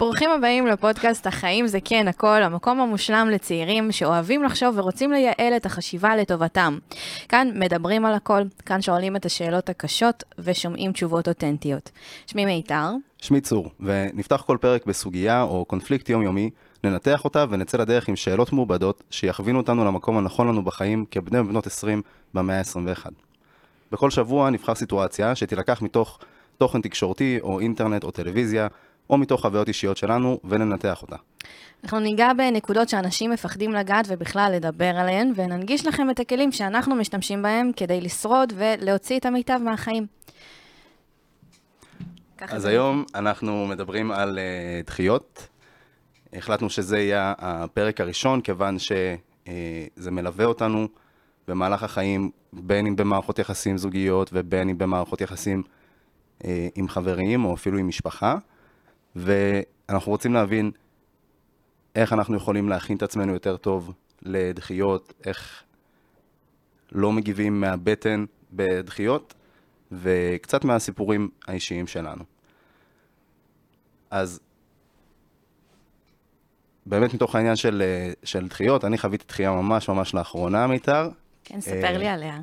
ברוכים הבאים לפודקאסט החיים זה כן הכל, המקום המושלם לצעירים שאוהבים לחשוב ורוצים לייעל את החשיבה לטובתם. כאן מדברים על הכל, כאן שואלים את השאלות הקשות ושומעים תשובות אותנטיות. שמי מיתר. שמי צור, ונפתח כל פרק בסוגיה או קונפליקט יומיומי, ננתח אותה ונצא לדרך עם שאלות מעובדות שיכווינו אותנו למקום הנכון לנו בחיים כבני ובנות 20 במאה ה-21. בכל שבוע נבחר סיטואציה שתילקח מתוך תוכן תקשורתי או אינטרנט או טלוויזיה, או מתוך חוויות אישיות שלנו, וננתח אותה. אנחנו ניגע בנקודות שאנשים מפחדים לגעת ובכלל לדבר עליהן, וננגיש לכם את הכלים שאנחנו משתמשים בהם כדי לשרוד ולהוציא את המיטב מהחיים. אז היום אנחנו מדברים על דחיות. החלטנו שזה יהיה הפרק הראשון, כיוון שזה מלווה אותנו במהלך החיים, בין אם במערכות יחסים זוגיות, ובין אם במערכות יחסים עם חברים, או אפילו עם משפחה. ואנחנו רוצים להבין איך אנחנו יכולים להכין את עצמנו יותר טוב לדחיות, איך לא מגיבים מהבטן בדחיות, וקצת מהסיפורים האישיים שלנו. אז באמת מתוך העניין של דחיות, אני חוויתי דחייה ממש לאחרונה, מיתר. כן, ספר לי עליה.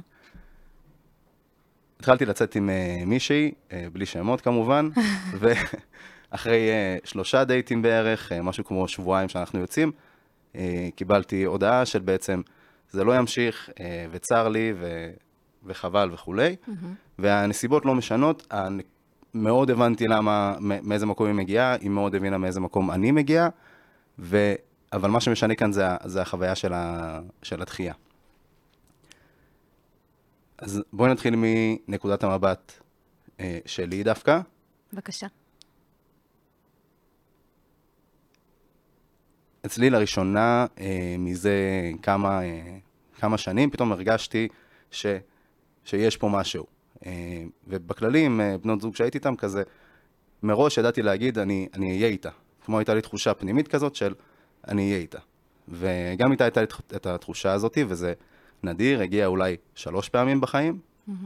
התחלתי לצאת עם מישהי, בלי שמות כמובן, אחרי 3 דייטים בערך, משהו כמו שבועיים שאנחנו יוצאים, קיבלתי הודעה של בעצם, זה לא ימשיך, וצר לי, וחבל וכולי, והנסיבות לא משנות, מאוד הבנתי מאיזה מקום היא מגיעה, היא מאוד הבינה מאיזה מקום אני מגיע, אבל מה שמשנה כאן זה החוויה של הדחייה. אז בואי נתחיל מנקודת המבט שלי דווקא. בבקשה. אצלי לראשונה, מזה כמה שנים, פתאום הרגשתי שיש פה משהו. ובכללי, עם בנות זוג שהייתי איתם כזה, מראש ידעתי להגיד, אני אהיה איתה. כמו הייתה לי תחושה פנימית כזאת של, אני אהיה איתה. וגם איתה הייתה לי את התחושה הזאת, וזה נדיר, הגיע אולי 3 פעמים בחיים.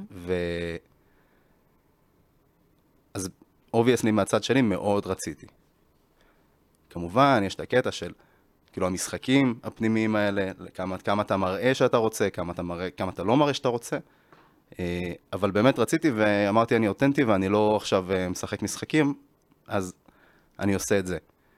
אז obviously מהצד שלי מאוד רציתי. כמובן, יש את הקטע של, כאילו, המשחקים הפנימיים האלה, כמה אתה מראה שאתה רוצה, כמה אתה לא מראה שאתה רוצה. אבל באמת רציתי ואמרתי, אני אותנטי ואני לא עכשיו משחק משחקים, אז אני עושה את זה.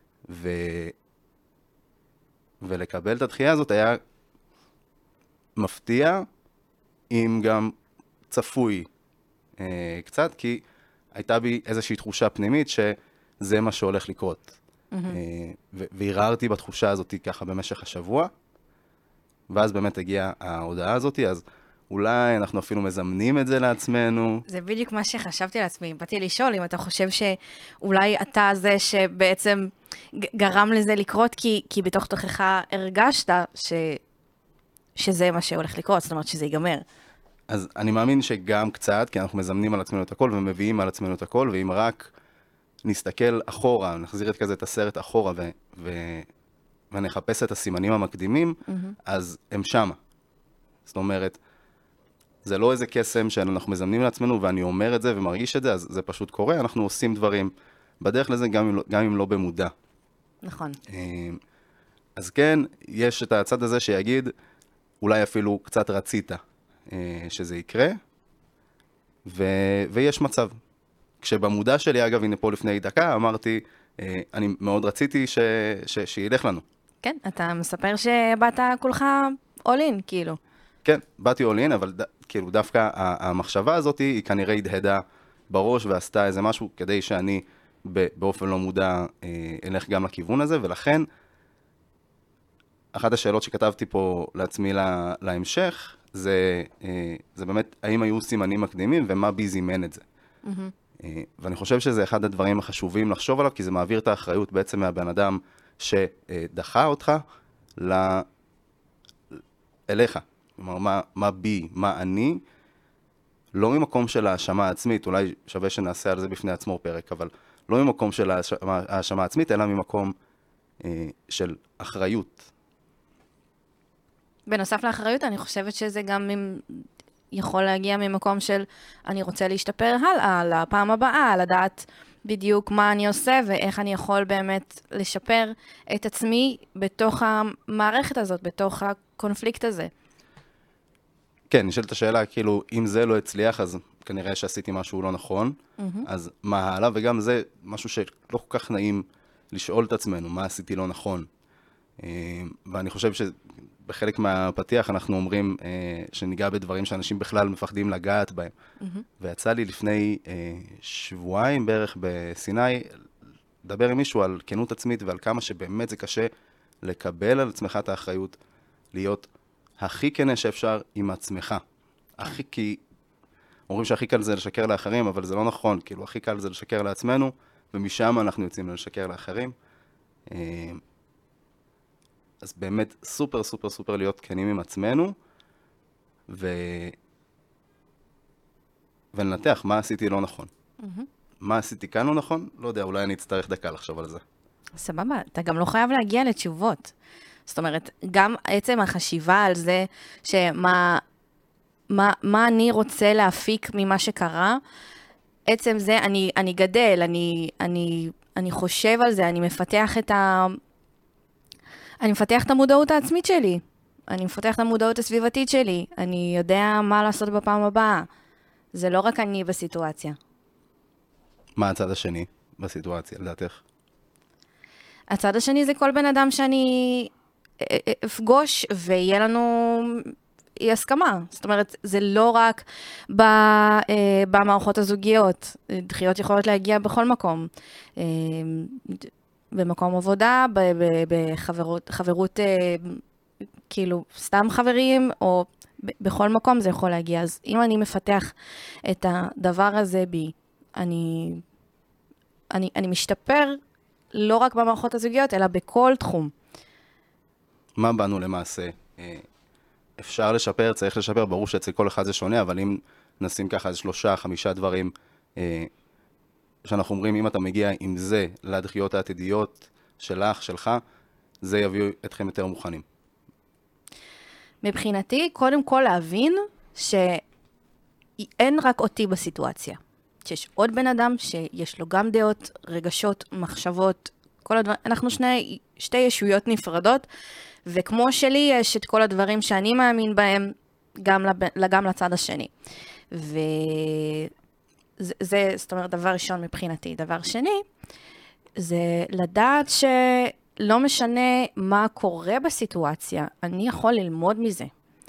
ולקבל את הדחייה הזאת היה מפתיע, אם גם צפוי קצת, כי הייתה בי איזושהי תחושה פנימית שזה מה שהולך לקרות. והרהרתי בתחושה הזאת ככה במשך השבוע, ואז באמת הגיעה ההודעה הזאת, אז אולי אנחנו אפילו מזמנים את זה לעצמנו. זה בדיוק מה שחשבתי לעצמי, באתי לשאול אם אתה חושב שאולי אתה זה שבעצם גרם לזה לקרות, כי בתוך תוכך הרגשת שזה מה שהולך לקרות, זאת אומרת שזה ייגמר. אז אני מאמין שגם קצת, כי אנחנו מזמנים על עצמנו את הכל ומביאים על עצמנו את הכל, ואם רק נסתכל אחורה, נחזיר את כזה את הסרט אחורה ונחפש את הסימנים המקדימים, אז הם שמה. זאת אומרת, זה לא איזה קסם שאנחנו מזמנים לעצמנו ואני אומר את זה ומרגיש את זה, אז זה פשוט קורה, אנחנו עושים דברים בדרך לזה גם אם לא במודע. נכון. אז כן, יש את הצד הזה שיגיד, אולי אפילו קצת רצית שזה יקרה, ויש מצב. כשבמודע שלי, אגב, הנה פה לפני דקה, אמרתי, אני מאוד רציתי שילך לנו. כן, אתה מספר שבאת כולך all in, כאילו. כן, באתי all in, אבל כאילו דווקא המחשבה הזאת היא כנראה הדהדה בראש ועשתה איזה משהו כדי שאני באופן לא מודע אלך גם לכיוון הזה, ולכן אחת השאלות שכתבתי פה לעצמי להמשך, זה באמת האם היו סימנים מקדימים ומה בי זימן את זה. ואני חושב שזה אחד הדברים החשובים לחשוב עליו, כי זה מעביר את האחריות בעצם מהבן אדם שדחה אותך אליך. כלומר, מה בי, מה אני, לא ממקום של האשמה עצמית, אולי שווה שנעשה על זה בפני עצמו פרק, אבל לא ממקום של האשמה עצמית, אלא ממקום של אחריות. בנוסף לאחריות, אני חושבת שזה גם יכול להגיע ממקום של אני רוצה להשתפר הלאה, לפעם הבאה, לדעת בדיוק מה אני עושה ואיך אני יכול באמת לשפר את עצמי בתוך המערכת הזאת, בתוך הקונפליקט הזה. כן, נשאלת השאלה, כאילו, אם זה לא הצליח, אז כנראה שעשיתי משהו לא נכון, אז מה הלאה? וגם זה משהו שלא כל כך נעים לשאול את עצמנו, מה עשיתי לא נכון. ואני חושב שבחלק מהפתיח אנחנו אומרים שניגע בדברים שאנשים בכלל מפחדים לגעת בהם. ויצא לי לפני שבועיים בערך בסיני, לדבר עם מישהו על כנות עצמית ועל כמה שבאמת זה קשה לקבל על עצמך את האחריות, להיות הכי כנה שאפשר עם עצמך. כי אומרים שהכי קל זה לשקר לאחרים, אבל זה לא נכון. כאילו, הכי קל זה לשקר לעצמנו, ומשם אנחנו יוצאים לשקר לאחרים. אז באמת סופר סופר סופר להיות כנים עם עצמנו, ולנתח מה עשיתי לא נכון. מה עשיתי כאן לא נכון? לא יודע, אולי אני אצטרך דקה לחשוב על זה. סבבה, אתה גם לא חייב להגיע לתשובות. זאת אומרת, גם עצם החשיבה על זה, מה אני רוצה להפיק ממה שקרה, עצם זה, אני גדל, אני חושב על זה, אני מפתח את המודעות העצמית שלי, אני מפתח את המודעות הסביבתית שלי, אני יודע מה לעשות בפעם הבאה. זה לא רק אני בסיטואציה. מה הצד השני בסיטואציה, לדעתך? הצד השני זה כל בן אדם שאני אפגוש ויהיה לנו אי הסכמה. זאת אומרת, זה לא רק במערכות הזוגיות. דחיות יכולות להגיע בכל מקום. במקום עבודה, בחברות, כאילו, סתם חברים, או בכל מקום זה יכול להגיע. אז אם אני מפתח את הדבר הזה בי, אני משתפר לא רק במערכות הזוגיות, אלא בכל תחום. מה באנו למעשה? אפשר לשפר, צריך לשפר, ברור שאצל כל אחד זה שונה, אבל אם נשים ככה 3-5 דברים שאנחנו אומרים, אם אתה מגיע עם זה לדחיות העתידיות שלך, שלך, זה יביא אתכם יותר מוכנים. מבחינתי, קודם כל להבין שאין רק אותי בסיטואציה. שיש עוד בן אדם שיש לו גם דעות, רגשות, מחשבות, כל הדברים. אנחנו שתי ישויות נפרדות, וכמו שלי יש את כל הדברים שאני מאמין בהם, גם לצד השני. זה, זאת אומרת, דבר ראשון מבחינתי. דבר שני, זה לדעת שלא משנה מה קורה בסיטואציה, אני יכול ללמוד מזה.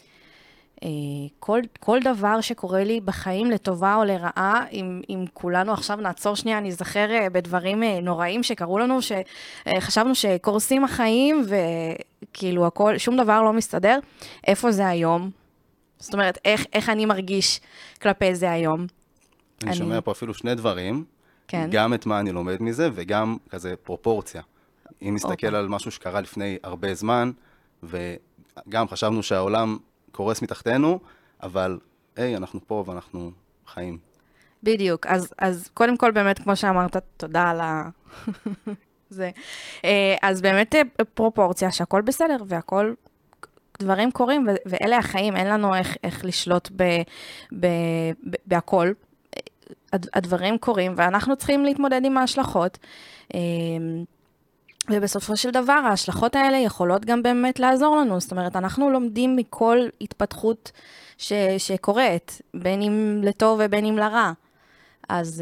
כל דבר שקורה לי בחיים לטובה או לרעה, אם כולנו עכשיו נעצור שנייה, אני זכר בדברים נוראים שקרו לנו, שחשבנו שקורסים החיים, וכאילו הכל, שום דבר לא מסתדר. איפה זה היום? זאת אומרת, איך אני מרגיש כלפי זה היום? אני שומע פה אפילו שני דברים, כן. גם את מה אני לומד מזה, וגם כזה פרופורציה. אם נסתכל על משהו שקרה לפני הרבה זמן, וגם חשבנו שהעולם קורס מתחתנו, אבל אנחנו פה ואנחנו חיים. בדיוק, אז קודם כל באמת, כמו שאמרת, תודה על זה. אז באמת פרופורציה שהכל בסדר, והכל דברים קורים, ואלה החיים, אין לנו איך לשלוט בהכל. הדברים קורים, ואנחנו צריכים להתמודד עם ההשלכות. ובסופו של דבר, ההשלכות האלה יכולות גם באמת לעזור לנו. זאת אומרת, אנחנו לומדים מכל התפתחות שקורית, בין אם לטוב ובין אם לרע. אז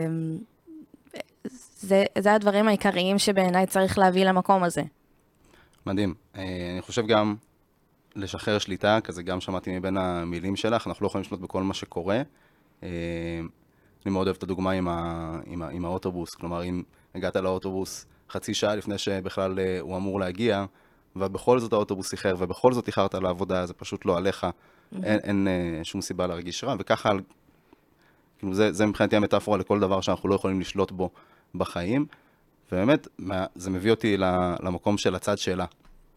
זה הדברים העיקריים שבעיניי צריך להביא למקום הזה. מדהים. אני חושב גם לשחרר שליטה, כזה גם שמעתי מבין המילים שלך, אנחנו לא יכולים לשלוט בכל מה שקורה. אני מאוד אוהב את הדוגמה עם האוטובוס, כלומר, אם הגעת לאוטובוס חצי שעה לפני שבכלל הוא אמור להגיע, ובכל זאת האוטובוס איחר, ובכל זאת איחרת לעבודה, זה פשוט לא עליך, אין שום סיבה להרגיש רע, וככה, כאילו זה מבחינתי המטאפורה לכל דבר שאנחנו לא יכולים לשלוט בו בחיים, ובאמת, זה מביא אותי למקום של הצד שלה.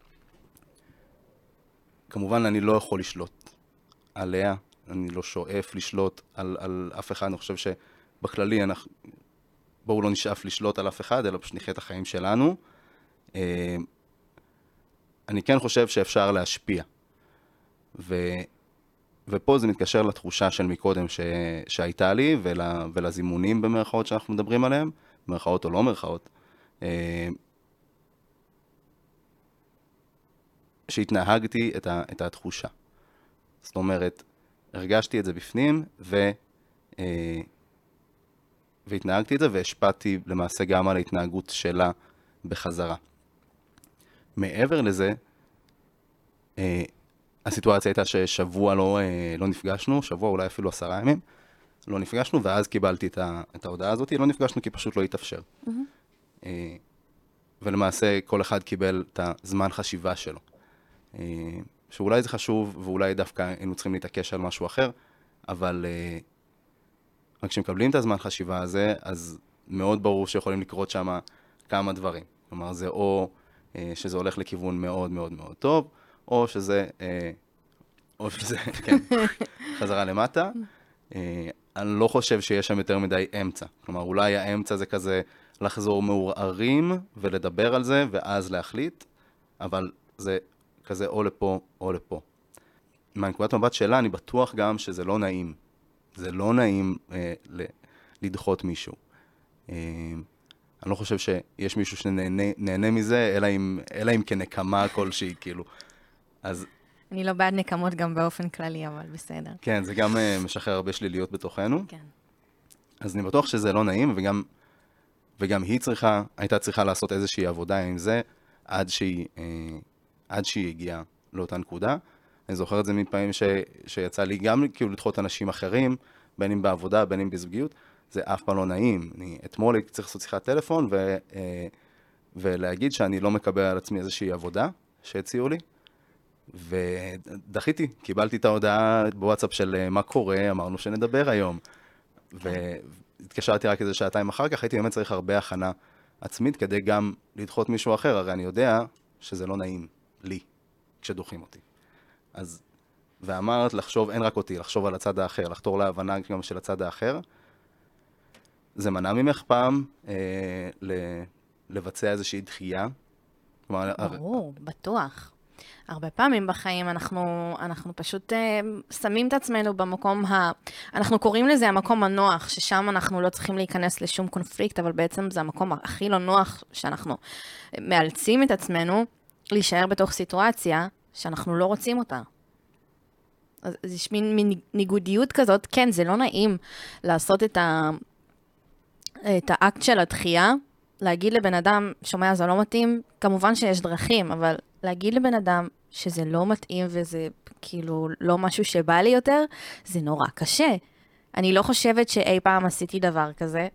כמובן, אני לא יכול לשלוט עליה, אני לא שואף לשלוט על אף אחד, אני חושב שבכללי בואו לא נשאף לשלוט על אף אחד, אלא פשוט נחיה את החיים שלנו. אני כן חושב שאפשר להשפיע. ופה זה מתקשר לתחושה של מקודם שהייתה לי, ולזימונים במרכאות שאנחנו מדברים עליהם, מרכאות או לא מרכאות, שהתנהגתי את התחושה. זאת אומרת, הרגשתי את זה בפנים, והתנהגתי את זה, והשפעתי למעשה גם על ההתנהגות שלה בחזרה. מעבר לזה, הסיטואציה הייתה ששבוע לא נפגשנו, שבוע אולי אפילו 10 ימים, לא נפגשנו, ואז קיבלתי את ההודעה הזאת, לא נפגשנו כי פשוט לא התאפשר. ולמעשה כל אחד קיבל את הזמן חשיבה שלו. שאולי זה חשוב, ואולי דווקא היינו צריכים להתעקש על משהו אחר, אבל רק כשמקבלים את הזמן חשיבה הזה, אז מאוד ברור שיכולים לקרות שם כמה דברים. כלומר, זה או שזה הולך לכיוון מאוד מאוד מאוד טוב, או שזה, כן, חזרה למטה. אני לא חושב שיש שם יותר מדי אמצע. כלומר, אולי האמצע זה כזה לחזור מעורערים ולדבר על זה, ואז להחליט, אבל זה כזה או לפה או לפה. מהנקודת מבט שלה, אני בטוח גם שזה לא נעים. זה לא נעים לדחות מישהו. אני לא חושב שיש מישהו שנהנה מזה, אלא אם כנקמה כלשהי, כאילו. אז אני לא בעד נקמות גם באופן כללי, אבל בסדר. כן, זה גם משחרר הרבה שליליות בתוכנו. כן. אז אני בטוח שזה לא נעים, וגם היא הייתה צריכה לעשות איזושהי עבודה עם זה, עד שהיא הגיעה לאותה נקודה. אני זוכר את זה מפעמים שיצא לי גם כאילו לדחות אנשים אחרים, בין אם בעבודה, בין אם בזוגיות, זה אף פעם לא נעים. אתמול הייתי צריך לעשות שיחת טלפון, ולהגיד שאני לא מקבל על עצמי איזושהי עבודה שהציעו לי, ודחיתי, קיבלתי את ההודעה בוואטסאפ של מה קורה, אמרנו שנדבר היום, והתקשרתי רק איזה שעתיים אחר כך, הייתי באמת צריך הרבה הכנה עצמית, כדי גם לדחות מישהו אחר, הרי אני יודע שזה לא נעים לי, כשדוחים אותי. אז, ואמרת לחשוב, אין רק אותי, לחשוב על הצד האחר, לחתור להבנה גם של הצד האחר, זה מנע ממך פעם לבצע איזושהי דחייה? ברור, בטוח. הרבה פעמים בחיים אנחנו פשוט שמים את עצמנו במקום אנחנו קוראים לזה המקום הנוח, ששם אנחנו לא צריכים להיכנס לשום קונפליקט, אבל בעצם זה המקום הכי לא נוח שאנחנו מאלצים את עצמנו להישאר בתוך סיטואציה שאנחנו לא רוצים אותה. אז יש מין ניגודיות כזאת, כן, זה לא נעים לעשות את האקט של הדחייה, להגיד לבן אדם, שומע, זה לא מתאים, כמובן שיש דרכים, אבל להגיד לבן אדם שזה לא מתאים וזה כאילו לא משהו שבא לי יותר, זה נורא קשה. אני לא חושבת שאי פעם עשיתי דבר כזה.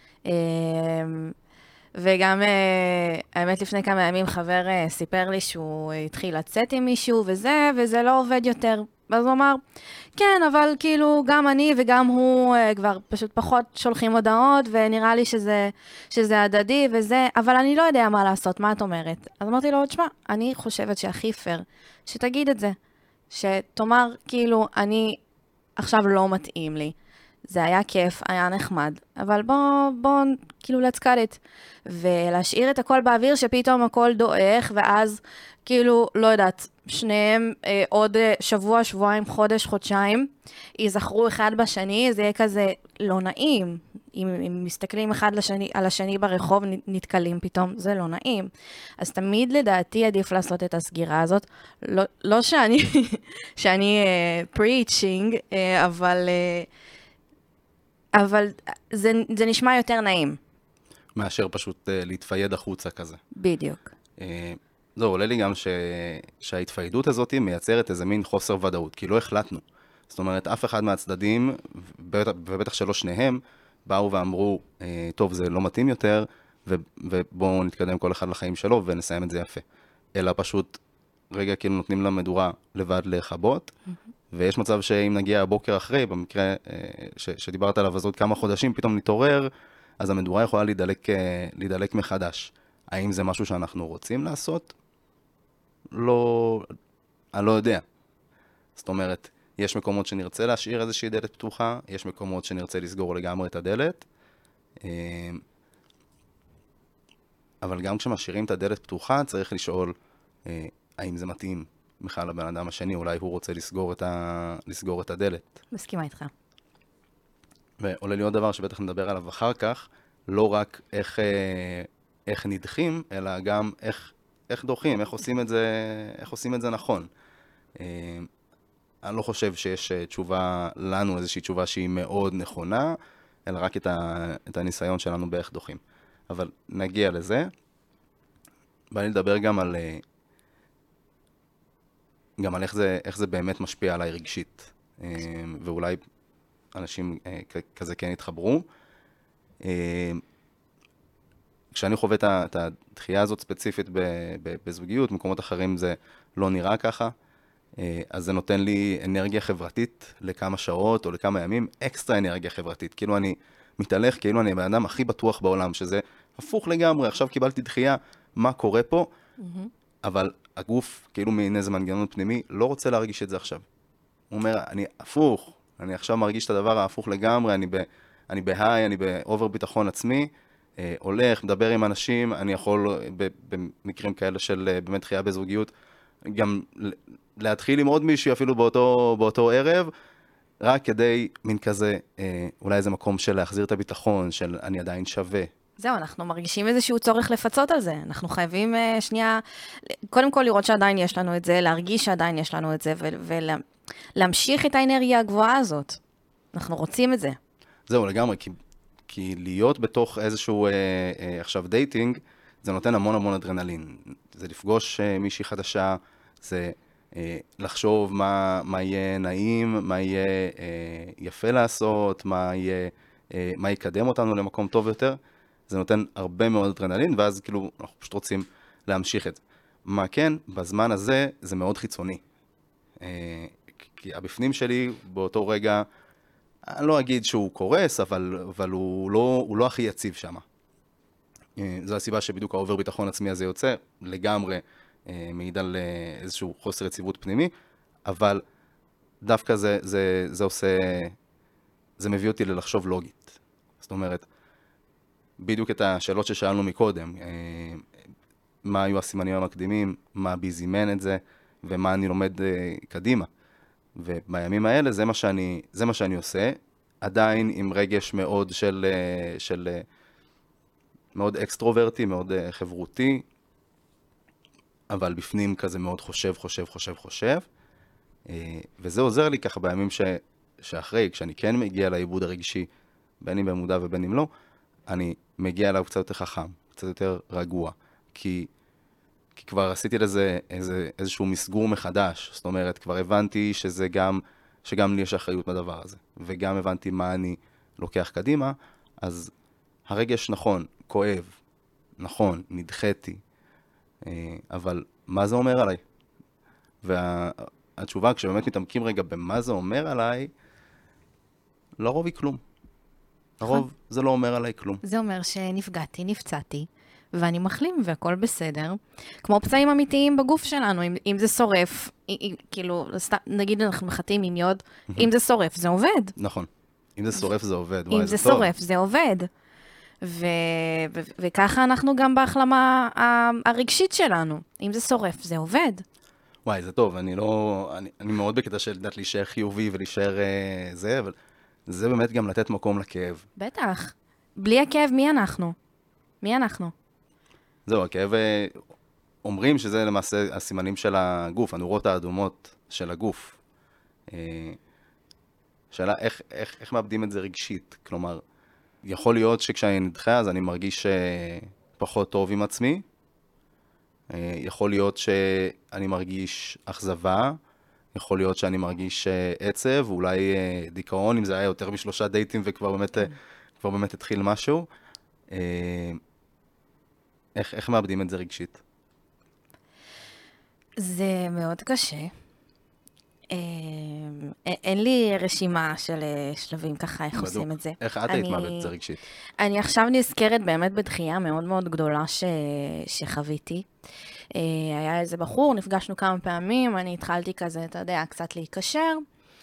וגם, האמת לפני כמה ימים חבר סיפר לי שהוא התחיל לצאת עם מישהו וזה לא עובד יותר. אז הוא אמר, כן, אבל כאילו גם אני וגם הוא כבר פשוט פחות שולחים הודעות, ונראה לי שזה הדדי וזה, אבל אני לא יודע מה לעשות, מה את אומרת? אז אמרתי לו, תשמע, אני חושבת שהכי פייר, שתגיד את זה, שתאמר כאילו, אני עכשיו לא מתאים לי. זה היה כיף, היה נחמד, אבל בוא, כאילו, let's cut it. ולהשאיר את הכל באוויר, שפתאום הכל דועך, ואז, כאילו, לא יודעת, שניהם עוד שבוע, שבועיים, חודש, חודשיים, ייזכרו אחד בשני, זה יהיה כזה לא נעים. אם מסתכלים אחד על השני ברחוב, נתקלים פתאום, זה לא נעים. אז תמיד לדעתי עדיף לעשות את הסגירה הזאת. לא שאני preaching, אבל זה נשמע יותר נעים. מאשר פשוט להתפייד החוצה כזה. בדיוק. זהו, עולה לי גם שההתפיידות הזאת מייצרת איזה מין חוסר ודאות, כי לא החלטנו. זאת אומרת, אף אחד מהצדדים, ובטח שלא שניהם, באו ואמרו, טוב, זה לא מתאים יותר, ובואו נתקדם כל אחד לחיים שלו ונסיים את זה יפה. אלא פשוט, רגע כאילו נותנים למדורה לבד לחבות, ויש מצב שאם נגיע הבוקר אחרי, במקרה שדיברת עליו, אז עוד כמה חודשים פתאום נתעורר, אז המדורה יכולה להידלק מחדש. האם זה משהו שאנחנו רוצים לעשות? לא, אני לא יודע. זאת אומרת, יש מקומות שנרצה להשאיר איזושהי דלת פתוחה, יש מקומות שנרצה לסגור לגמרי את הדלת, אבל גם כשמשאירים את הדלת פתוחה, צריך לשאול האם זה מתאים בכלל לבן אדם השני, אולי הוא רוצה לסגור את הדלת. מסכימה איתך. ועולה לי עוד דבר שבטח נדבר עליו אחר כך, לא רק איך נדחים, אלא גם איך דוחים, איך עושים את זה נכון. אני לא חושב שיש תשובה לנו, איזושהי תשובה שהיא מאוד נכונה, אלא רק את הניסיון שלנו באיך דוחים. אבל נגיע לזה. בא לי לדבר גם על איך זה באמת משפיע עליי רגשית. ואולי אנשים כזה כן יתחברו. כשאני חווה את הדחייה הזאת ספציפית בזוגיות, מקומות אחרים זה לא נראה ככה, אז זה נותן לי אנרגיה חברתית לכמה שעות או לכמה ימים, אקסטרה אנרגיה חברתית. כאילו אני מתהלך, כאילו אני הבן אדם הכי בטוח בעולם, שזה הפוך לגמרי, עכשיו קיבלתי דחייה, מה קורה פה? אבל הגוף, כאילו מעין איזה מנגנון פנימי, לא רוצה להרגיש את זה עכשיו. הוא אומר, אני הפוך, אני עכשיו מרגיש את הדבר ההפוך לגמרי, אני בהיי, אני באובר ביטחון עצמי, הולך, מדבר עם אנשים, אני יכול במקרים כאלה של באמת דחייה בזוגיות, גם להתחיל עם עוד מישהי אפילו באותו ערב, רק כדי מין כזה, אולי איזה מקום של להחזיר את הביטחון, של אני עדיין שווה. זהו, אנחנו מרגישים איזשהו צורך לפצות על זה. אנחנו חייבים שנייה, קודם כל לראות שעדיין יש לנו את זה, להרגיש שעדיין יש לנו את זה, ולהמשיך את האנרגיה הגבוהה הזאת. אנחנו רוצים את זה. זהו, לגמרי, כי להיות בתוך איזשהו עכשיו דייטינג, זה נותן המון המון אדרנלין. זה לפגוש מישהי חדשה, זה לחשוב מה יהיה נעים, מה יהיה יפה לעשות, מה יקדם אותנו למקום טוב יותר. זה נותן הרבה מאוד אדרנלין, ואז כאילו אנחנו פשוט רוצים להמשיך את זה. מה כן, בזמן הזה זה מאוד חיצוני. כי הבפנים שלי באותו רגע, אני לא אגיד שהוא קורס, אבל הוא לא הכי יציב שם. זו הסיבה שבדיוק האובר ביטחון עצמי הזה יוצא, לגמרי מעיד על איזשהו חוסר יציבות פנימי, אבל דווקא זה עושה, זה מביא אותי ללחשוב לוגית. זאת אומרת, בדיוק את השאלות ששאלנו מקודם, מה היו הסימנים המקדימים, מה בי זימן את זה, ומה אני לומד קדימה. ובימים האלה זה מה שאני עושה, עדיין עם רגש מאוד של מאוד אקסטרוברטי, מאוד חברותי, אבל בפנים כזה מאוד חושב, וזה עוזר לי ככה בימים שאחרי, כשאני כן מגיע לעיבוד הרגשי, בין אם במודע ובין אם לא, אני מגיע אליו קצת יותר חכם, קצת יותר רגוע, כי כבר עשיתי לזה איזשהו מסגור מחדש, זאת אומרת, כבר הבנתי שגם לי יש אחריות בדבר הזה, וגם הבנתי מה אני לוקח קדימה, אז הרגש נכון, כואב, נכון, נדחיתי, אבל מה זה אומר עליי? והתשובה, כשבאמת מתעמקים רגע במה זה אומר עליי, לרוב היא כלום. לרוב זה לא אומר עליי כלום. זה אומר שנפגעתי, נפצעתי, ואני מחלים והכל בסדר. כמו פצעים אמיתיים בגוף שלנו, אם זה שורף, כאילו, נגיד אנחנו מחטאים עם יוד, אם זה שורף, זה עובד. נכון. אם זה שורף, זה עובד. אם זה שורף, זה עובד. וככה אנחנו גם בהחלמה הרגשית שלנו. אם זה שורף, זה עובד. וואי, זה טוב. אני מאוד בקטע של לדעת להישאר חיובי ולהישאר זה, אבל זה באמת גם לתת מקום לכאב. בטח. בלי הכאב, מי אנחנו? מי אנחנו? זהו, הכאב, אומרים שזה למעשה הסימנים של הגוף, הנורות האדומות של הגוף. שאלה, איך מאבדים את זה רגשית? כלומר, יכול להיות שכשאני נדחה, אז אני מרגיש פחות טוב עם עצמי. יכול להיות שאני מרגיש אכזבה. יכול להיות שאני מרגיש עצב, אולי דיכאון, אם זה היה יותר מ3 דייטים וכבר באמת התחיל משהו. איך מאבדים את זה רגשית? זה מאוד קשה. אין לי רשימה של שלבים ככה, איך עושים את זה. איך את היית מאבדת את זה רגשית? אני עכשיו נזכרת באמת בדחייה מאוד מאוד גדולה שחוויתי. היה איזה בחור, נפגשנו כמה פעמים, אני התחלתי כזה, אתה יודע, קצת להיקשר,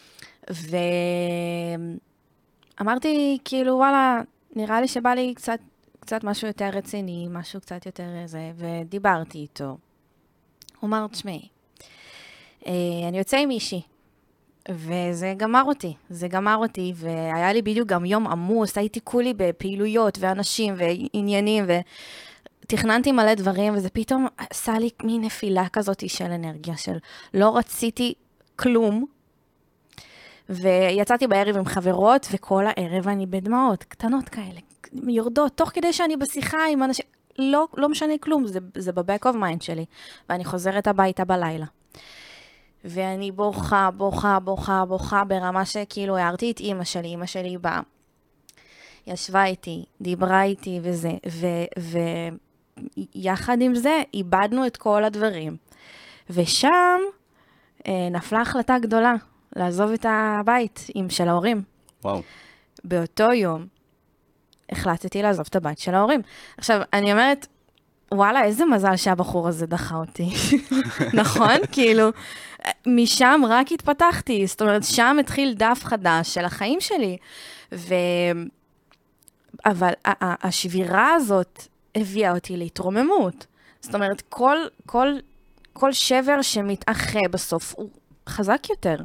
ואמרתי, כאילו, וואלה, נראה לי שבא לי קצת משהו יותר רציני, משהו קצת יותר זה, ודיברתי איתו. הוא אמר, תשמעי, אני יוצא עם מישהי, וזה גמר אותי, והיה לי בדיוק גם יום עמוס, הייתי כולי בפעילויות ואנשים ועניינים, ותכננתי מלא דברים, וזה פתאום עשה לי מין נפילה כזאת של אנרגיה, של לא רציתי כלום, ויצאתי בערב עם חברות, וכל הערב אני בדמעות, קטנות כאלה, יורדות, תוך כדי שאני בשיחה עם אנשים, לא משנה כלום, זה ב-back of mind שלי, ואני חוזרת הביתה בלילה. ואני בוכה ברמה שכאילו הערתי את אמא שלי באה, ישבה איתי, דיברה איתי וזה, ויחד עם זה איבדנו את כל הדברים. ושם נפלה החלטה גדולה, לעזוב את הבית של ההורים. וואו. באותו יום החלטתי לעזוב את הבית של ההורים. עכשיו, אני אומרת, וואלה, איזה מזל שהבחור הזה דחה אותי. נכון? כאילו, משם רק התפתחתי. זאת אומרת, שם התחיל דף חדש של החיים שלי. אבל השבירה הזאת הביאה אותי להתרוממות. זאת אומרת, כל שבר שמתאחה בסוף הוא חזק יותר.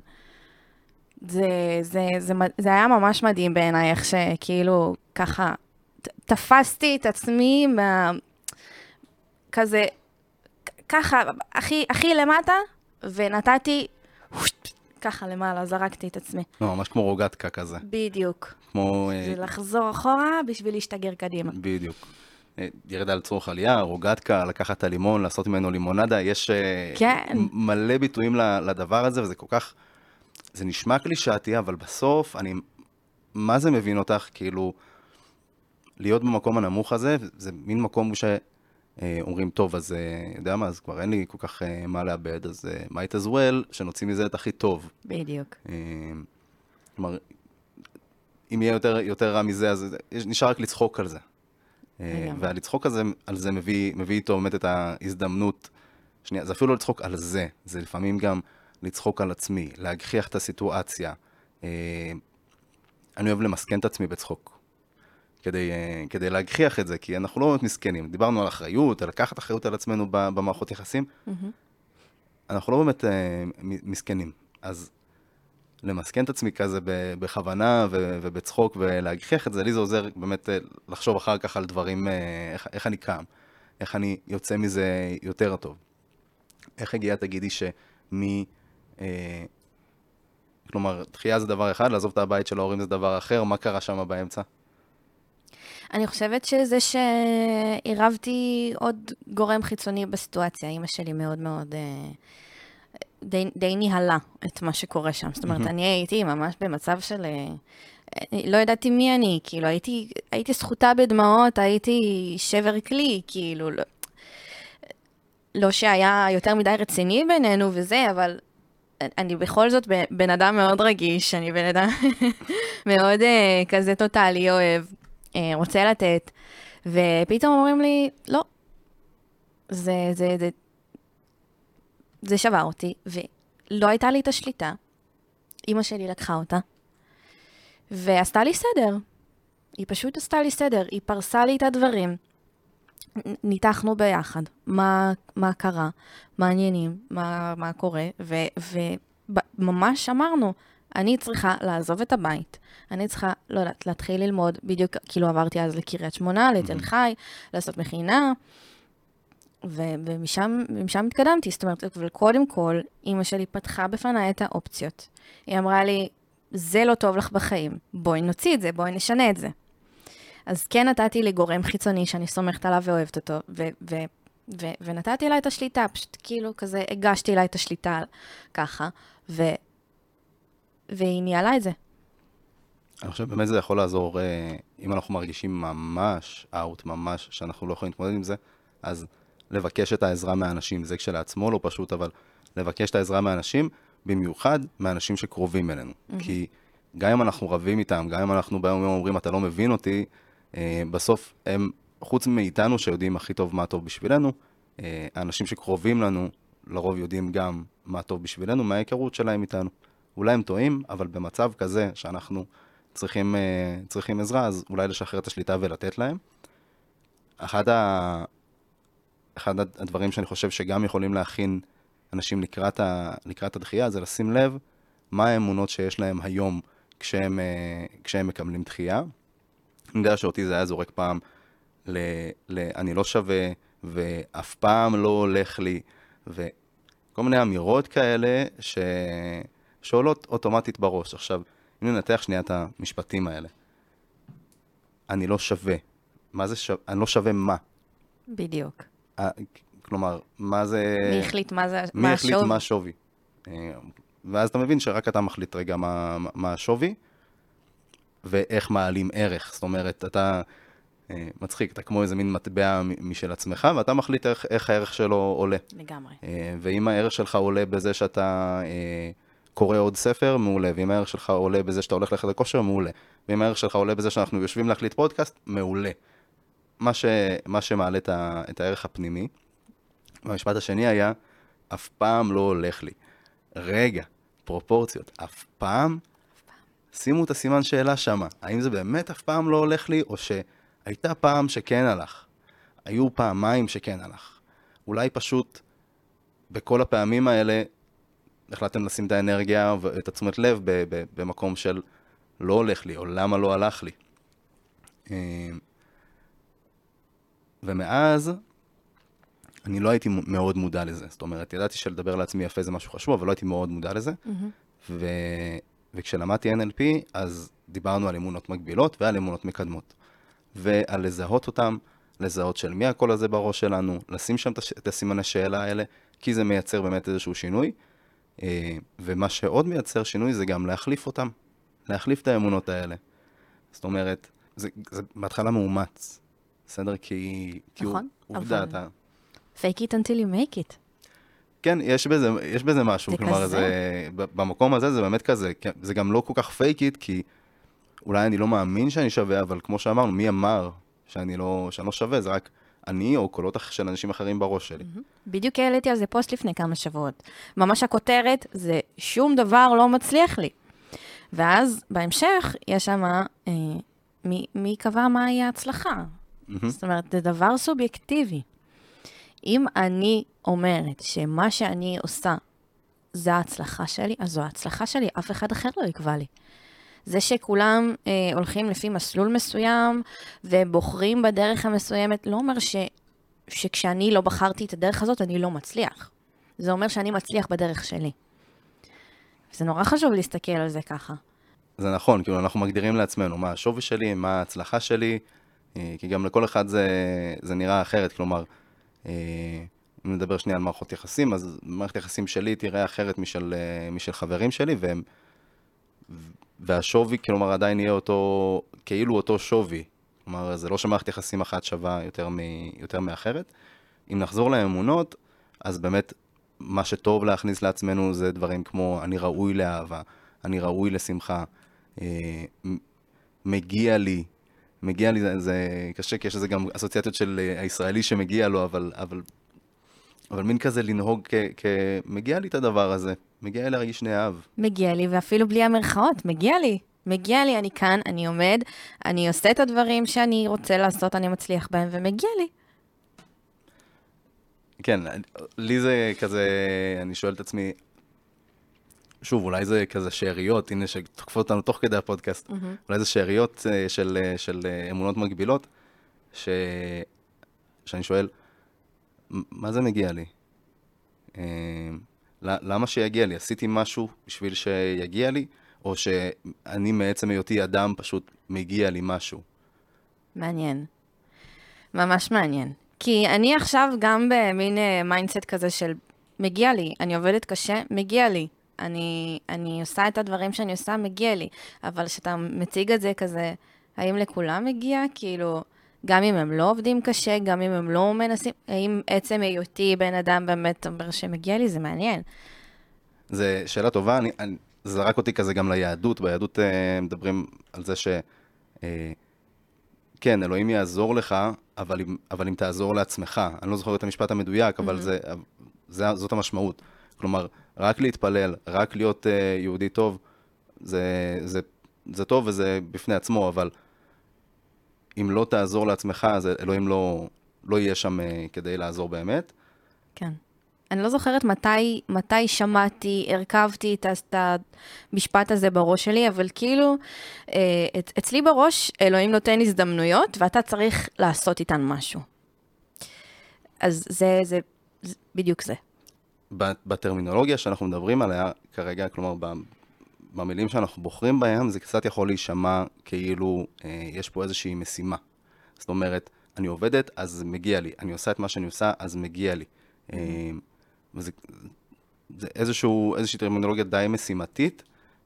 זה היה ממש מדהים בעיניי, איך שכאילו ככה תפסתי את עצמי כזה, ככה, הכי למטה, ונתתי ככה למעלה, זרקתי את עצמי. לא, ממש כמו רוגטקה כזה. בדיוק. כמו... זה לחזור אחורה בשביל להשתגר קדימה. בדיוק. ירידה לצורך עלייה, רוגטקה, לקחת את הלימון, לעשות ממנו לימונדה, יש מלא ביטויים לדבר הזה, וזה כל כך... זה נשמע קלישאתי, אבל בסוף אני... מה זה מבין אותך? כאילו, להיות במקום הנמוך הזה, זה מין מקום שאומרים, טוב, אז יודע מה, אז כבר אין לי כל כך מה לאבד, אז might as well, שנוציא מזה את הכי טוב. בדיוק. כלומר, אם יהיה יותר רע מזה, אז נשאר רק לצחוק על זה. והלצחוק על זה מביא איתו באמת את ההזדמנות. שנייה, זה אפילו לא לצחוק על זה, זה לפעמים גם לצחוק על עצמי, להגחיח את הסיטואציה. אני אוהב למסכן את עצמי בצחוק, כדי להגחיח את זה, כי אנחנו לא באמת מסכנים. דיברנו על אחריות, על לקחת אחריות על עצמנו במערכות יחסים. אנחנו לא באמת מסכנים. אז למסכן את עצמי כזה בכוונה ובצחוק ולהגחיח את זה, לי זה עוזר באמת לחשוב אחר כך על דברים, איך אני קם, איך אני יוצא מזה יותר טוב. איך הגיעה, תגידי, כלומר, דחייה זה דבר אחד, לעזוב את הבית של ההורים זה דבר אחר, מה קרה שם באמצע? אני חושבת שזה שעירבתי עוד גורם חיצוני בסיטואציה, אמא שלי מאוד מאוד... די ניהלה את מה שקורה שם. זאת אומרת, אני הייתי ממש במצב של... לא ידעתי מי אני, כאילו, הייתי זכותה בדמעות, הייתי שבר כלי, כאילו, לא שהיה יותר מדי רציני בינינו וזה, אבל אני בכל זאת בן אדם מאוד רגיש, אני בן אדם מאוד כזה טוטלי, אוהב, רוצה לתת, ופתאום אומרים לי, לא, זה שבר אותי, ולא הייתה לי את השליטה. אמא שלי לקחה אותה, ועשתה לי סדר. היא פשוט עשתה לי סדר, היא פרסה לי את הדברים. ניתחנו ביחד מה קרה, מה העניינים, מה קורה, וממש אמרנו, אני צריכה לעזוב את הבית, אני צריכה, לא יודעת, להתחיל ללמוד, בדיוק כאילו עברתי אז לקריית שמונה, לתל חי, לעשות מכינה, ומשם התקדמתי, זאת אומרת, אבל קודם כל, אמא שלי פתחה בפניי את האופציות. היא אמרה לי, זה לא טוב לך בחיים, בואי נוציא את זה, בואי נשנה את זה. אז כן נתתי לי גורם חיצוני שאני סומכת עליו ואוהבת אותו, ונתתי לה את השליטה, פשוט כאילו כזה, הגשתי לה את השליטה ככה, והיא ניהלה את זה. אני חושב באמת זה יכול לעזור, אם אנחנו מרגישים ממש אאוט, ממש שאנחנו לא יכולים להתמודד עם זה, אז לבקש את העזרה מהאנשים, זה כשלעצמו לא פשוט, אבל לבקש את העזרה מהאנשים, במיוחד מהאנשים שקרובים אלינו. כי גם אם אנחנו רבים איתם, גם אם אנחנו ביום יום אומרים, אתה לא מבין אותי, בסוף הם, חוץ מאיתנו שיודעים הכי טוב מה טוב בשבילנו, האנשים שקרובים לנו, לרוב יודעים גם מה טוב בשבילנו, מה ההיכרות שלהם איתנו. אולי הם טועים, אבל במצב כזה שאנחנו צריכים עזרה, אז אולי לשחרר את השליטה ולתת להם. אחד הדברים שאני חושב שגם יכולים להכין אנשים לקראת הדחייה, זה לשים לב מה האמונות שיש להם היום כשהם מקבלים דחייה. אני יודע שאותי זה היה זורק פעם אני לא שווה, ואף פעם לא הולך לי, וכל מיני אמירות כאלה שעולות אוטומטית בראש. עכשיו, אם ננתח שנייה את המשפטים האלה. אני לא שווה. מה זה שווה? אני לא שווה מה? בדיוק. כלומר, מה זה... מי החליט מה זה... מי החליט מה השווי? ואז אתה מבין שרק אתה מחליט רגע מה השווי, ואיך מעלים ערך. זאת אומרת, אתה מצחיק, אתה כמו איזה מין מטבע משל עצמך, ואתה מחליט איך הערך שלו עולה. לגמרי. ואם הערך שלך עולה בזה שאתה קורא עוד ספר, מעולה. ואם הערך שלך עולה בזה שאתה הולך לחדר כושר, מעולה. ואם הערך שלך עולה בזה שאנחנו יושבים להקליט פודקאסט, מעולה. מה שמעלה את הערך הפנימי. והמשפט השני היה, אף פעם לא הולך לי. רגע, פרופורציות, אף פעם? שימו את הסימן שאלה שמה. האם זה באמת אף פעם לא הולך לי, או שהייתה פעם שכן הלך? היו פעמיים שכן הלך. אולי פשוט בכל הפעמים האלה החלטתם לשים את האנרגיה ואת עצמת לב במקום של לא הולך לי, או למה לא הלך לי. ומאז אני לא הייתי מאוד מודע לזה. זאת אומרת, ידעתי שלדבר לעצמי יפה זה משהו חשוב, אבל לא הייתי מאוד מודע לזה. וכשלמדתי NLP, אז דיברנו על אמונות מגבילות ועל אמונות מקדמות. ועל לזהות אותם, לזהות של מי הקול הזה בראש שלנו, לשים שם את הסימני שאלה האלה, כי זה מייצר באמת איזשהו שינוי. ומה שעוד מייצר שינוי זה גם להחליף אותם, להחליף את האמונות האלה. זאת אומרת, זה בהתחלה מאומץ. בסדר? כי נכון, עובדה, אבל fake it until you make it. כן, יש בזה משהו. זה כלומר, כזה. במקום הזה זה באמת כזה. זה גם לא כל כך fake it, כי אולי אני לא מאמין שאני שווה, אבל כמו שאמרנו, מי אמר שאני לא שווה? זה רק אני או קולות של אנשים אחרים בראש שלי. בדיוק העליתי על זה פוסט לפני כמה שבועות. ממש הכותרת זה שום דבר לא מצליח לי. ואז בהמשך יש שם מי קבע מהי ההצלחה. זאת אומרת, זה דבר סובייקטיבי. אם אני אומרת שמה שאני עושה זה ההצלחה שלי, אז זו ההצלחה שלי, אף אחד אחר לא יקבע לי. זה שכולם הולכים לפי מסלול מסוים ובוחרים בדרך המסוימת, לא אומר שכשאני לא בחרתי את הדרך הזאת, אני לא מצליח. זה אומר שאני מצליח בדרך שלי. זה נורא חשוב להסתכל על זה ככה. זה נכון, כאילו אנחנו מגדירים לעצמנו מה השווי שלי, מה ההצלחה שלי, כי גם לכל אחד זה נראה אחרת, כלומר, אם נדבר שנייה על מערכות יחסים, אז מערכת יחסים שלי תראה אחרת משל חברים שלי, והשווי, כלומר, עדיין יהיה כאילו אותו שווי. כלומר, זה לא שמערכת יחסים אחת שווה יותר מאחרת. אם נחזור לאמונות, אז באמת מה שטוב להכניס לעצמנו זה דברים כמו אני ראוי לאהבה, אני ראוי לשמחה, מגיע לי זה קשה, כי יש לזה גם אסוציאציות של הישראלי שמגיע לו, אבל מין כזה לנהוג מגיע לי את הדבר הזה, מגיע לי להרגיש נאהב. מגיע לי, ואפילו בלי המרכאות, מגיע לי, אני כאן, אני עומד, אני עושה את הדברים שאני רוצה לעשות, אני מצליח בהם, ומגיע לי. כן, לי זה כזה, אני שואל את עצמי, שוב, אולי זה כזה שאריות, הנה שתוקפות אותנו תוך כדי הפודקאסט, אולי זה שאריות של אמונות מגבילות, שאני שואל, מה זה מגיע לי? למה שיגיע לי? עשיתי משהו בשביל שיגיע לי? או שאני מעצם היותי אדם פשוט מגיע לי משהו? מעניין. ממש מעניין. כי אני עכשיו גם במין מיינדסט כזה של מגיע לי, אני עובדת קשה, מגיע לי. אני עושה את הדברים שאני עושה, מגיע לי. אבל כשאתה מציג את זה כזה, האם לכולם מגיע? כאילו, גם אם הם לא עובדים קשה, גם אם הם לא מנסים, האם עצם היותי בן אדם באמת אומר שמגיע לי, זה מעניין. זו שאלה טובה, זה זרק אותי כזה גם ליהדות, ביהדות מדברים על זה כן, אלוהים יעזור לך, אבל אם תעזור לעצמך. אני לא זוכר את המשפט המדויק, אבל זאת המשמעות. כלומר, רק להתפלל, רק להיות יהודי טוב, זה טוב וזה בפני עצמו, אבל אם לא תעזור לעצמך, אז אלוהים לא יהיה שם כדי לעזור באמת. כן. אני לא זוכרת מתי שמעתי, הרכבתי את המשפט הזה בראש שלי, אבל כאילו, אצלי בראש, אלוהים נותן הזדמנויות, ואתה צריך לעשות איתן משהו. אז זה בדיוק זה. בטרמינולוגיה שאנחנו מדברים עליה כרגע, כלומר, במילים שאנחנו בוחרים בהם, זה קצת יכול להישמע כאילו יש פה איזושהי משימה. זאת אומרת, אני עובדת, אז מגיע לי. אני עושה את מה שאני עושה, אז מגיע לי. וזה איזושהי טרמינולוגיה די משימתית,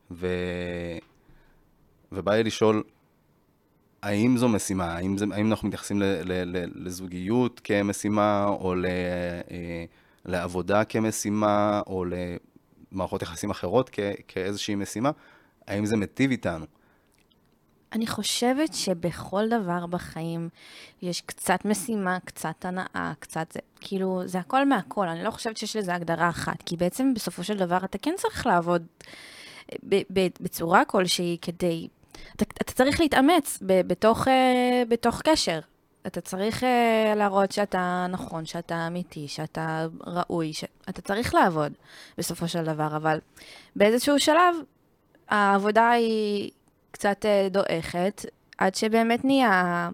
ובא לי לשאול, האם זו משימה? האם אנחנו מתייחסים לזוגיות כמשימה, או לעבודה כמשימה, או למערכות יחסים אחרות כאיזושהי משימה? האם זה מטיב איתנו? אני חושבת שבכל דבר בחיים יש קצת משימה, קצת הנאה, קצת זה, כאילו, זה הכל מהכל. אני לא חושבת שיש לזה הגדרה אחת, כי בעצם בסופו של דבר אתה כן צריך לעבוד בצורה כלשהי כדי... אתה צריך להתאמץ בתוך קשר. אתה צריך להראות שאתה נכון, שאתה אמיתי, שאתה ראוי, אתה צריך לעבוד בסופו של דבר, אבל באיזשהו שלב העבודה היא קצת דועכת, עד שבאמת נהיה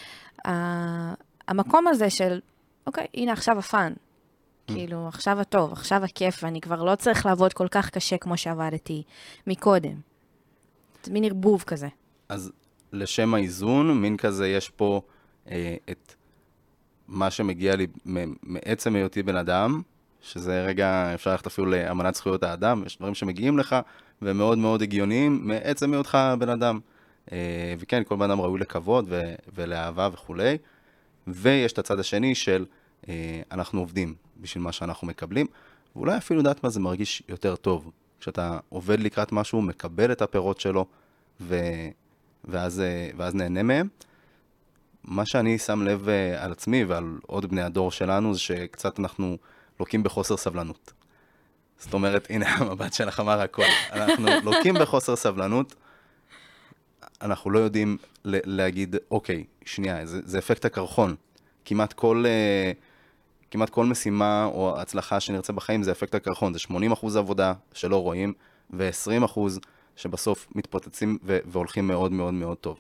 המקום הזה של, אוקיי, הנה עכשיו הפאן. כאילו, עכשיו הטוב, עכשיו הכיף, ואני כבר לא צריך לעבוד כל כך קשה כמו שעבדתי מקודם. זה מין ערבוב כזה. אז לשם האיזון, מין כזה, יש פה את מה שמגיע לי מעצם היותי בן אדם, שזה רגע, אפשר ללכת אפילו לאמנת זכויות האדם, יש דברים שמגיעים לך, והם מאוד מאוד הגיוניים מעצם היותך בן אדם. וכן, כל בן אדם ראוי לכבוד ולאהבה וכו'. ויש את הצד השני של אנחנו עובדים בשביל מה שאנחנו מקבלים, ואולי אפילו יודעת מה זה מרגיש יותר טוב. כשאתה עובד לקראת משהו, מקבל את הפירות שלו, ואז נהנה מהם. מה שאני שם לב על עצמי ועל עוד בני הדור שלנו, זה שקצת אנחנו לוקים בחוסר סבלנות. זאת אומרת, הנה המבט שלך אמר הכל. אנחנו לוקים בחוסר סבלנות, אנחנו לא יודעים להגיד, אוקיי, שנייה, זה אפקט הקרחון. כמעט כל משימה או הצלחה שנרצה בחיים זה אפקט הקרחון. זה 80% עבודה שלא רואים, ו20% שבסוף מתפוצצים והולכים מאוד מאוד מאוד טוב.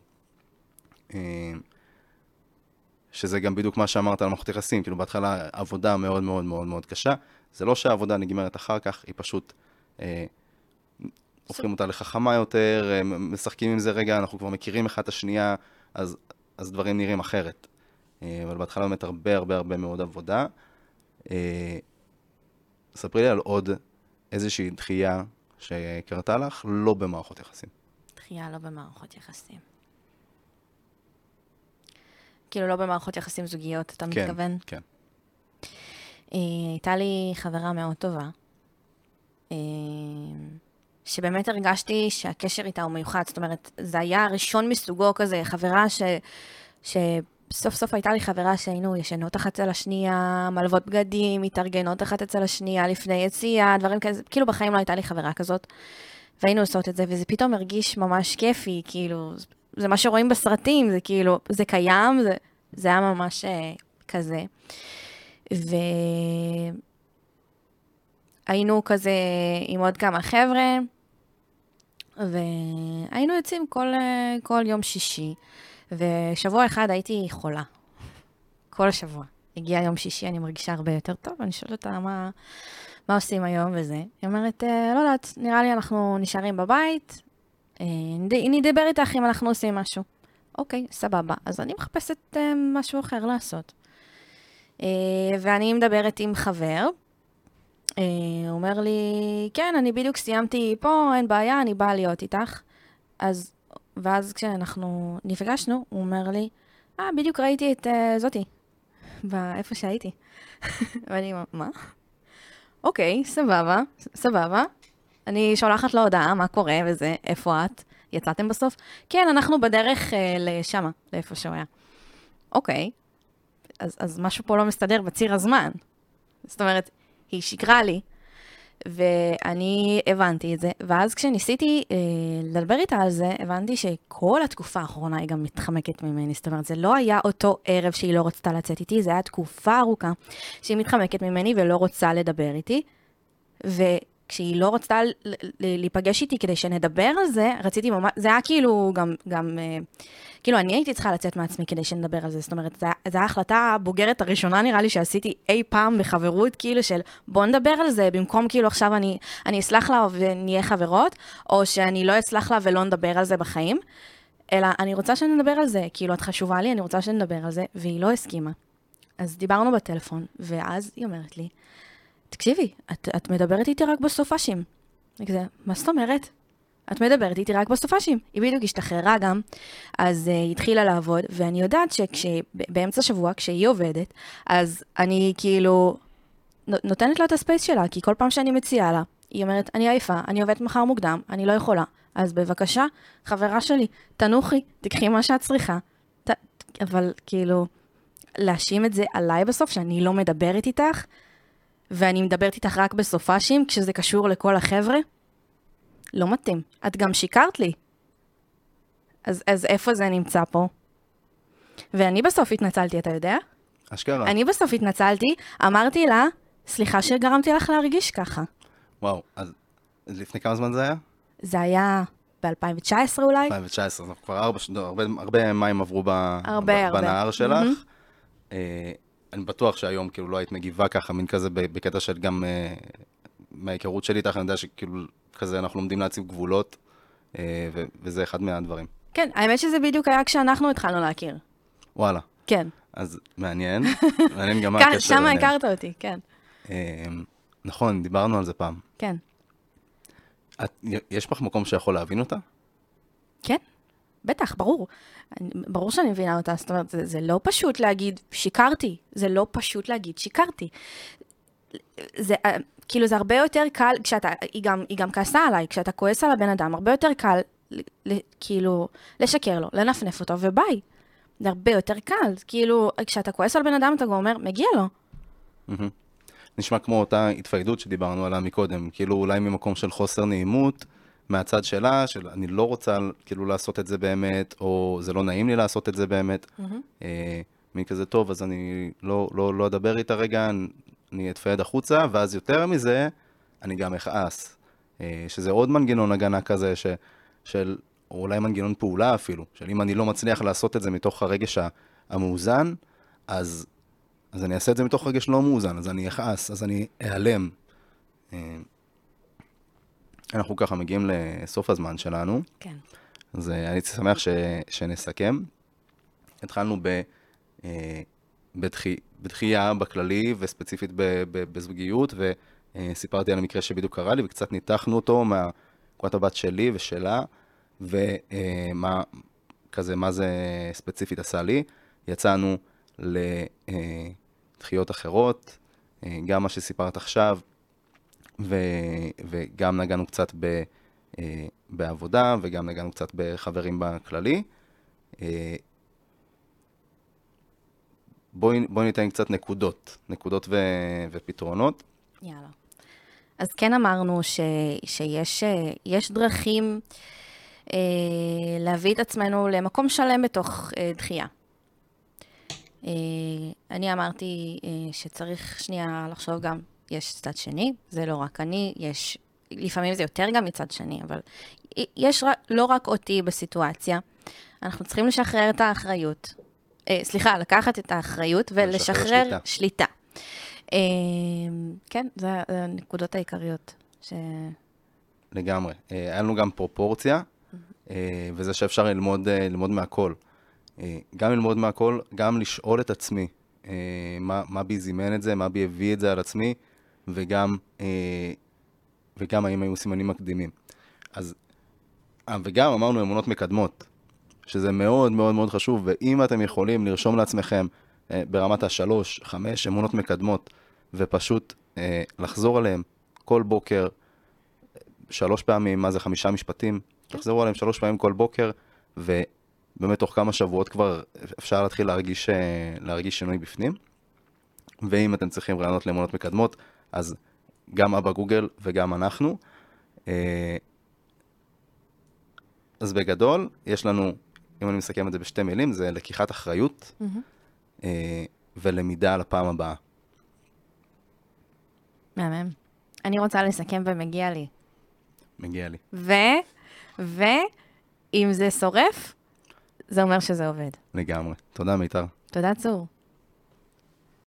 שזה גם בדיוק מה שאמרת על מערכות יחסים, כאילו בהתחלה עבודה מאוד מאוד מאוד מאוד קשה, זה לא שהעבודה נגמרת אחר כך, היא פשוט הופכים אותה לחכמה יותר, משחקים עם זה רגע, אנחנו כבר מכירים אחד את השנייה, אז דברים נראים אחרת. אבל בהתחלה באמת הרבה הרבה הרבה מאוד עבודה. ספרי לי על עוד איזושהי דחייה שקרתה לך, לא במערכות יחסים. דחייה לא במערכות יחסים. כאילו לא במערכות יחסים זוגיות, אתה מתכוון? כן. הייתה לי חברה מאוד טובה, שבאמת הרגשתי שהקשר איתה הוא מיוחד, זאת אומרת, זה היה הראשון מסוגו כזה, חברה שסוף סוף הייתה לי חברה שהיינו ישנות אחת אצל השנייה, מלוות בגדים, מתארגנות אחת אצל השנייה, לפני יציאה, דברים כזה, כאילו בחיים לא הייתה לי חברה כזאת, והיינו עושות את זה, וזה פתאום הרגיש ממש כיפי, כאילו, זה מה שרואים בסרטים, זה כאילו, זה קיים, זה היה ממש כזה. והיינו כזה עם עוד כמה חבר'ה, והיינו יוצאים כל יום שישי, ושבוע אחד הייתי חולה. כל השבוע. הגיע יום שישי, אני מרגישה הרבה יותר טוב, אני שואלת אותה מה עושים היום וזה. היא אומרת, לא יודעת, נראה לי אנחנו נשארים בבית, נדבר איתך אם אנחנו עושים משהו. אוקיי, סבבה. אז אני מחפשת משהו אחר לעשות. ואני מדברת עם חבר, הוא אומר לי, כן, אני בדיוק סיימתי פה, אין בעיה, אני באה להיות איתך. ואז כשאנחנו נפגשנו, הוא אומר לי, בדיוק ראיתי את זאתי, באיפה שהייתי. ואני, מה? אוקיי, סבבה. אני שולחת לו הודעה, מה קורה וזה, איפה את? יצאתם בסוף? כן, אנחנו בדרך לשמה, לאיפה שהוא היה. אוקיי, אז משהו פה לא מסתדר בציר הזמן. זאת אומרת, היא שיקרה לי, ואני הבנתי את זה, ואז כשניסיתי לדבר איתה על זה, הבנתי שכל התקופה האחרונה היא גם מתחמקת ממני, זאת אומרת, זה לא היה אותו ערב שהיא לא רצתה לצאת איתי, זה היה תקופה ארוכה שהיא מתחמקת ממני ולא רוצה לדבר איתי, וכשהיא לא רצתה להיפגש איתי כדי שנדבר על זה, רציתי ממש, זה היה כאילו גם כאילו אני הייתי צריכה לצאת מעצמי כדי שנדבר על זה, זאת אומרת, זו הייתה ההחלטה הבוגרת הראשונה נראה לי שעשיתי אי פעם בחברות, כאילו של בוא נדבר על זה, במקום כאילו עכשיו אני אסלח לה ונהיה חברות, או שאני לא אסלח לה ולא נדבר על זה בחיים, אלא אני רוצה שנדבר על זה, כאילו את חשובה לי, אני רוצה שנדבר על זה, והיא לא הסכימה. אז דיברנו בטלפון, ואז היא אומרת לי, תקשיבי, את מדברת איתי רק בסופשים. וכזה, מה זאת אומרת? את מדברת איתי רק בסופשים. היא בדיוק השתחררה גם, אז היא התחילה לעבוד, ואני יודעת שבאמצע שבוע, כשהיא עובדת, אז אני כאילו נותנת לה את הספייס שלה, כי כל פעם שאני מציעה לה, היא אומרת, אני עייפה, אני עובדת מחר מוקדם, אני לא יכולה. אז בבקשה, חברה שלי, תנוחי, תקחי מה שאת צריכה. אבל כאילו, להאשים את זה עליי בסוף, שאני לא מדברת איתך, ואני מדברת איתך רק בסופשים, כשזה קשור לכל החבר'ה, לא מתאים. את גם שיקרת לי. אז איפה זה נמצא פה? ואני בסוף התנצלתי, אתה יודע? אשכרה. אני בסוף התנצלתי, אמרתי לה, סליחה שגרמתי לך להרגיש ככה. וואו, אז לפני כמה זמן זה היה? זה היה ב-2019 אולי? 2019, אז כבר הרבה מים עברו בנהר שלך. אני בטוח שהיום כאילו לא היית מגיבה ככה, מין כזה בקטע של גם מההיכרות שלי איתך, אני יודע שכאילו כזה אנחנו לומדים להציב גבולות, וזה אחד מהדברים. כן, האמת שזה בדיוק היה כשאנחנו התחלנו להכיר. וואלה. כן. אז מעניין, מעניין גם מה הקשר. שמה הכרת אותי, כן. נכון, דיברנו על זה פעם. כן. יש לך מקום שיכול להבין אותה? כן, בטח, ברור. ברור שאני מבינה אותה, זאת אומרת, זה לא פשוט להגיד שיקרתי, זה לא פשוט להגיד שיקרתי. זה, כאילו זה הרבה יותר קל, היא גם כעסה עליי, כשאתה כועס על הבן אדם, הרבה יותר קל, כאילו, לשקר לו, לנפנף אותו, וביי. זה הרבה יותר קל, כאילו, כשאתה כועס על בן אדם, אתה גם אומר, מגיע לו. נשמע כמו אותה התפיידות שדיברנו עליה מקודם, כאילו אולי ממקום של חוסר נעימות, מהצד שלה, של אני לא רוצה כאילו לעשות את זה באמת, או זה לא נעים לי לעשות את זה באמת. מין כזה טוב, אז אני לא אדבר איתה רגע, אני אתפייד החוצה, ואז יותר מזה, אני גם אכעס. שזה עוד מנגנון הגנה כזה, של או אולי מנגנון פעולה אפילו, של אם אני לא מצליח לעשות את זה מתוך הרגש המאוזן, אז אני אעשה את זה מתוך רגש לא מאוזן, אז אני אכעס, אז אני אעלם. אנחנו ככה מגיעים לסוף הזמן שלנו. כן. אז אני שמח שנסכם. התחלנו בדחייה בכללי, וספציפית בזוגיות, וסיפרתי על המקרה שבדיוק קרה לי, וקצת ניתחנו אותו מהקורת הבת שלי ושלה, ומה זה ספציפית עשה לי. יצאנו לדחיות אחרות, גם מה שסיפרת עכשיו, וגם נגענו קצת בעבודה, וגם נגענו קצת בחברים בכללי. בואי ניתן קצת נקודות ופתרונות. יאללה. אז כן אמרנו שיש דרכים להביא את עצמנו למקום שלם בתוך דחייה. אני אמרתי שצריך שנייה לחשוב גם, יש צד שני, זה לא רק אני, לפעמים זה יותר גם מצד שני, אבל יש לא רק אותי בסיטואציה, אנחנו צריכים לשחרר את האחריות, לקחת את האחריות ולשחרר שליטה. כן, זה הנקודות העיקריות. לגמרי. היה לנו גם פרופורציה, וזה שאפשר ללמוד מהכל. גם ללמוד מהכל, גם לשאול את עצמי, מה בי זימן את זה, מה בי הביא את זה על עצמי, וגם האם היו סימנים מקדימים. וגם אמרנו אמונות מקדמות, שזה מאוד מאוד מאוד חשוב, ואם אתם יכולים לרשום לעצמכם ברמת ה3, 5 אמונות מקדמות, ופשוט לחזור עליהם כל בוקר, 3 פעמים, מה זה 5 משפטים, תחזרו עליהם 3 פעמים כל בוקר, ובאמת תוך כמה שבועות כבר אפשר להתחיל להרגיש שינוי בפנים. ואם אתם צריכים רעיונות לאמונות מקדמות, אז גם אבא גוגל וגם אנחנו. אז בגדול, יש לנו, אם אני מסכם את זה בשתי מילים, זה לקיחת אחריות ולמידה לפעם הבאה. מהמם. אני רוצה לסכם ומגיע לי. מגיע לי. ואם זה שורף, זה אומר שזה עובד. לגמרי. תודה, מיתר. תודה, צור.